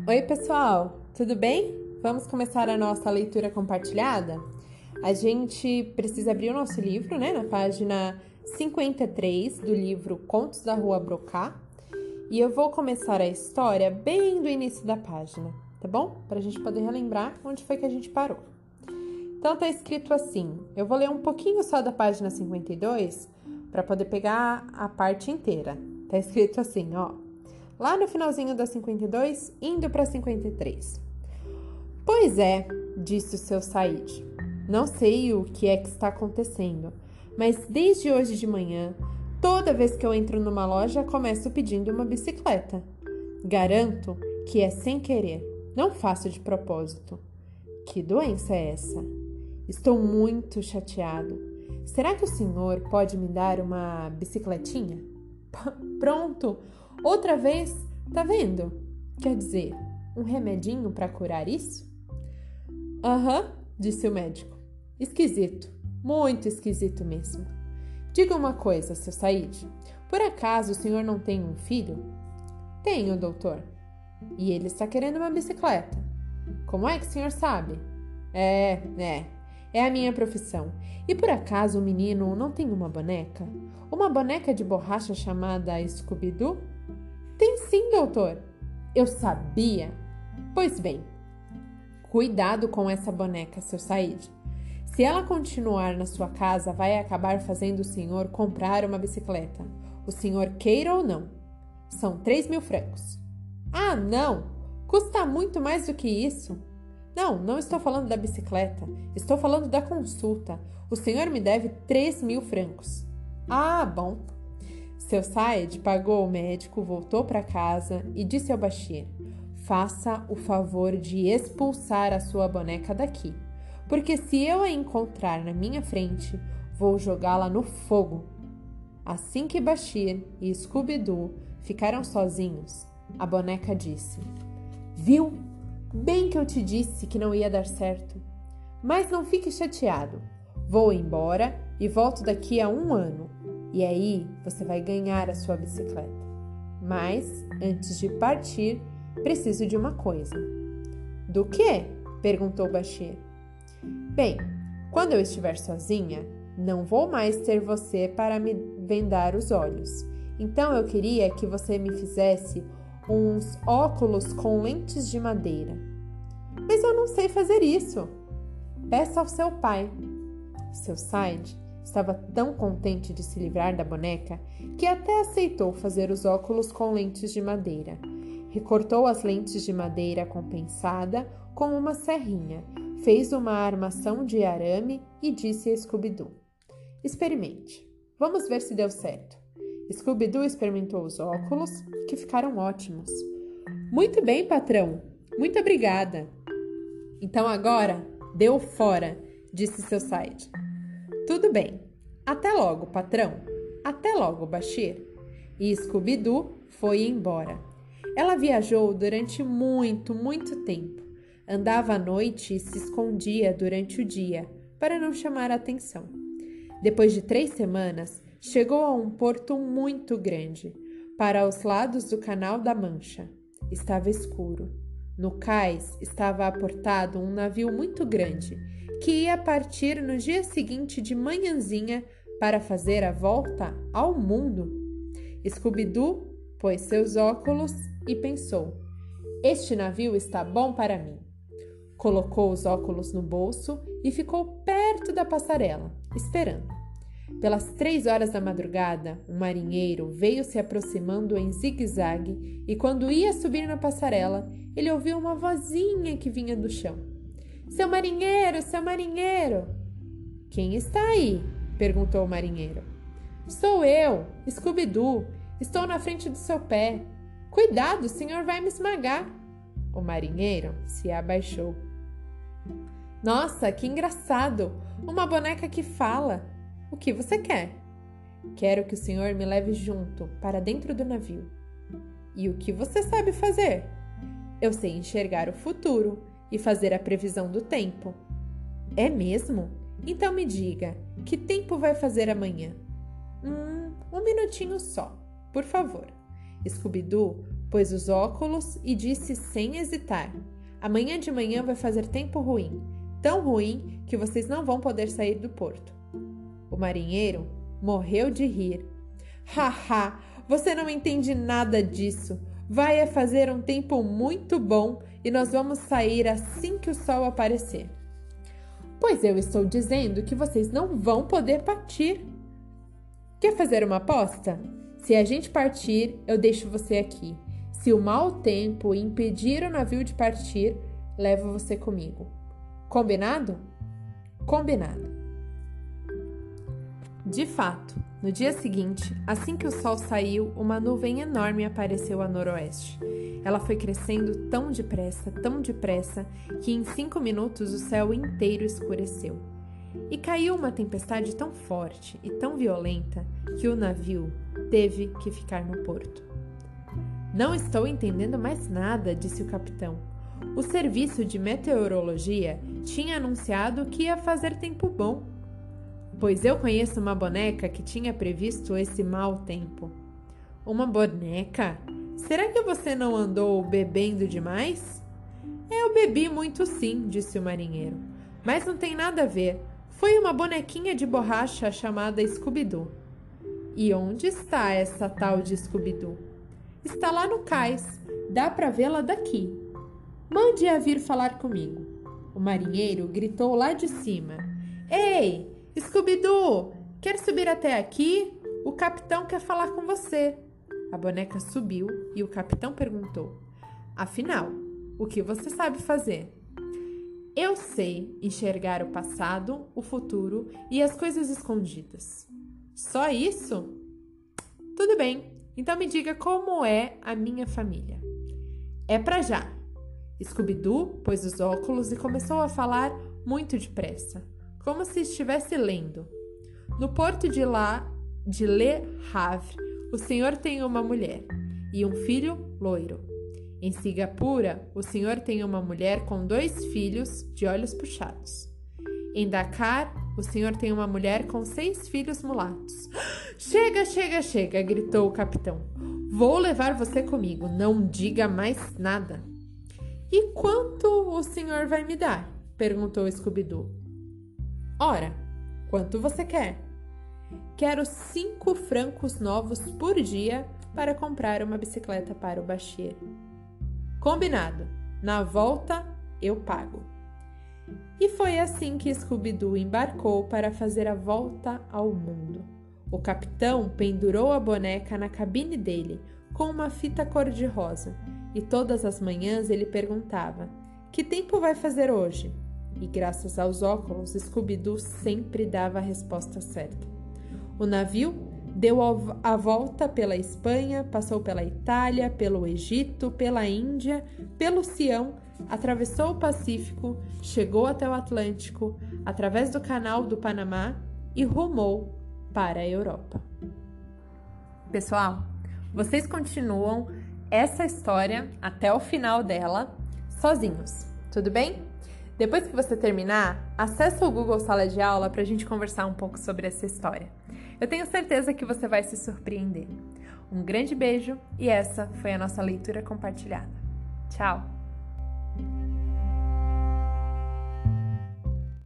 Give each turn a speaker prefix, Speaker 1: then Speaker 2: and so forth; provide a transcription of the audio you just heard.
Speaker 1: Oi, pessoal, tudo bem? Vamos começar a nossa leitura compartilhada? A gente precisa abrir o nosso livro, né, na página 53 do livro Contos da Rua Brocá. E eu vou começar a história bem do início da página, tá bom? Para a gente poder relembrar onde foi que a gente parou. Então, tá escrito assim, eu vou ler um pouquinho só da página 52 para poder pegar a parte inteira. Tá escrito assim, ó. Lá no finalzinho da 52, indo para 53. Pois é, disse o seu Said. Não sei o que é que está acontecendo, mas desde hoje de manhã, toda vez que eu entro numa loja, começo pedindo uma bicicleta. Garanto que é sem querer, não faço de propósito. Que doença é essa? Estou muito chateado. Será que o senhor pode me dar uma bicicletinha? Pronto! Outra vez, tá vendo? Quer dizer, um remedinho para curar isso? Aham, disse o médico. Esquisito, muito esquisito mesmo. Diga uma coisa, seu Said. Por acaso o senhor não tem um filho? Tenho, doutor. E ele está querendo uma bicicleta. Como é que o senhor sabe? É a minha profissão. E por acaso o menino não tem uma boneca? Uma boneca de borracha chamada Scooby-Doo? Tem sim, doutor. Eu sabia. Pois bem, cuidado com essa boneca, seu Said. Se ela continuar na sua casa, vai acabar fazendo o senhor comprar uma bicicleta. O senhor queira ou não. São 3.000 francos. Ah, não! Custa muito mais do que isso. Não estou falando da bicicleta. Estou falando da consulta. O senhor me deve 3.000 francos. Ah, bom. Seu Said pagou o médico, voltou para casa e disse ao Bashir: faça o favor de expulsar a sua boneca daqui, porque se eu a encontrar na minha frente, vou jogá-la no fogo. Assim que Bashir e Scooby-Doo ficaram sozinhos, a boneca disse: Viu? Bem que eu te disse que não ia dar certo. Mas não fique chateado. Vou embora e volto daqui a 1 ano. E aí você vai ganhar a sua bicicleta. Mas, antes de partir, preciso de uma coisa. Do quê? Perguntou Bashir. Bem, quando eu estiver sozinha, não vou mais ter você para me vendar os olhos. Então eu queria que você me fizesse uns óculos com lentes de madeira. Mas eu não sei fazer isso. Peça ao seu pai. Seu Said estava tão contente de se livrar da boneca que até aceitou fazer os óculos com lentes de madeira. Recortou as lentes de madeira compensada com uma serrinha, fez uma armação de arame e disse a Scooby-Doo: experimente, vamos ver se deu certo. Scooby-Doo experimentou os óculos, que ficaram ótimos. Muito bem, patrão. Muito obrigada. Então agora, deu fora, disse seu Said. Tudo bem. Até logo, patrão. Até logo, Bashir. E Scooby-Doo foi embora. Ela viajou durante muito tempo. Andava à noite e se escondia durante o dia, para não chamar a atenção. Depois de 3 semanas, chegou a um porto muito grande, para os lados do Canal da Mancha. Estava escuro. No cais estava aportado um navio muito grande, que ia partir no dia seguinte de manhãzinha para fazer a volta ao mundo. Scooby-Doo pôs seus óculos e pensou: este navio está bom para mim. Colocou os óculos no bolso e ficou perto da passarela, esperando. Pelas 3 horas da madrugada, um marinheiro veio se aproximando em zigue-zague e quando ia subir na passarela, ele ouviu uma vozinha que vinha do chão. Seu marinheiro, seu marinheiro! Quem está aí? Perguntou o marinheiro. Sou eu, Scooby-Doo. Estou na frente do seu pé. Cuidado, o senhor vai me esmagar. O marinheiro se abaixou. Nossa, que engraçado! Uma boneca que fala. O que você quer? Quero que o senhor me leve junto, para dentro do navio. E o que você sabe fazer? Eu sei enxergar o futuro e fazer a previsão do tempo. É mesmo? Então me diga, que tempo vai fazer amanhã? Um minutinho só, por favor. Scooby-Doo pôs os óculos e disse sem hesitar: amanhã de manhã vai fazer tempo ruim, tão ruim que vocês não vão poder sair do porto. O marinheiro morreu de rir. Haha, você não entende nada disso. Vai fazer um tempo muito bom e nós vamos sair assim que o sol aparecer. Pois eu estou dizendo que vocês não vão poder partir. Quer fazer uma aposta? Se a gente partir, eu deixo você aqui. Se o mau tempo impedir o navio de partir, levo você comigo. Combinado? Combinado. De fato, no dia seguinte, assim que o sol saiu, uma nuvem enorme apareceu a noroeste. Ela foi crescendo tão depressa, que em 5 minutos o céu inteiro escureceu. E caiu uma tempestade tão forte e tão violenta que o navio teve que ficar no porto. Não estou entendendo mais nada, disse o capitão. O serviço de meteorologia tinha anunciado que ia fazer tempo bom. Pois eu conheço uma boneca que tinha previsto esse mau tempo. Uma boneca? Será que você não andou bebendo demais? Eu bebi muito sim, disse o marinheiro. Mas não tem nada a ver. Foi uma bonequinha de borracha chamada Scooby-Doo. E onde está essa tal de Scooby-Doo? Está lá no cais. Dá para vê-la daqui. Mande-a vir falar comigo. O marinheiro gritou lá de cima. Ei! Scooby-Doo, quer subir até aqui? O capitão quer falar com você. A boneca subiu e o capitão perguntou: afinal, o que você sabe fazer? Eu sei enxergar o passado, o futuro e as coisas escondidas. Só isso? Tudo bem, então me diga como é a minha família. É pra já. Scooby-Doo pôs os óculos e começou a falar muito depressa, como se estivesse lendo. No porto de Le Havre, o senhor tem uma mulher e um filho loiro. Em Singapura, o senhor tem uma mulher com 2 filhos de olhos puxados. Em Dakar, o senhor tem uma mulher com 6 filhos mulatos. Chega, chega, chega, gritou o capitão. Vou levar você comigo, não diga mais nada. E quanto o senhor vai me dar? Perguntou Scooby-Doo. Ora, quanto você quer? Quero 5 francos novos por dia para comprar uma bicicleta para o Bashir. Combinado. Na volta, eu pago. E foi assim que Scooby-Doo embarcou para fazer a volta ao mundo. O capitão pendurou a boneca na cabine dele com uma fita cor-de-rosa e todas as manhãs ele perguntava: que tempo vai fazer hoje? E graças aos óculos, Scooby-Doo sempre dava a resposta certa. O navio deu a volta pela Espanha, passou pela Itália, pelo Egito, pela Índia, pelo Sião, atravessou o Pacífico, chegou até o Atlântico, através do Canal do Panamá e rumou para a Europa. Pessoal, vocês continuam essa história até o final dela sozinhos, tudo bem? Depois que você terminar, acessa o Google Sala de Aula para a gente conversar um pouco sobre essa história. Eu tenho certeza que você vai se surpreender. Um grande beijo e essa foi a nossa leitura compartilhada. Tchau!